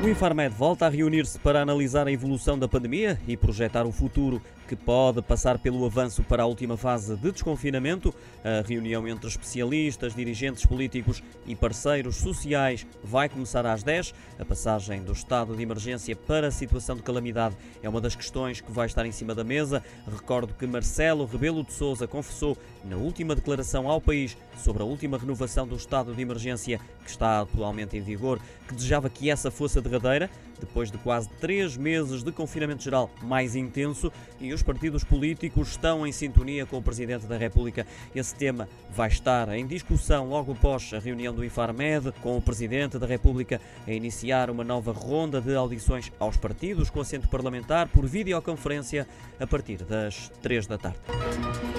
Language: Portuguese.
O Infarmed volta a reunir-se para analisar a evolução da pandemia e projetar o futuro, que pode passar pelo avanço para a última fase de desconfinamento. A reunião entre especialistas, dirigentes políticos e parceiros sociais vai começar às 10. A passagem do estado de emergência para a situação de calamidade é uma das questões que vai estar em cima da mesa. Recordo que Marcelo Rebelo de Sousa confessou na última declaração ao país sobre a última renovação do estado de emergência que está atualmente em vigor, que desejava que essa fosse a derradeira, depois de quase 3 meses de confinamento geral mais intenso, e os partidos políticos estão em sintonia com o Presidente da República. Esse tema vai estar em discussão logo após a reunião do Infarmed, com o Presidente da República a iniciar uma nova ronda de audições aos partidos com assento parlamentar por videoconferência a partir das 3 da tarde.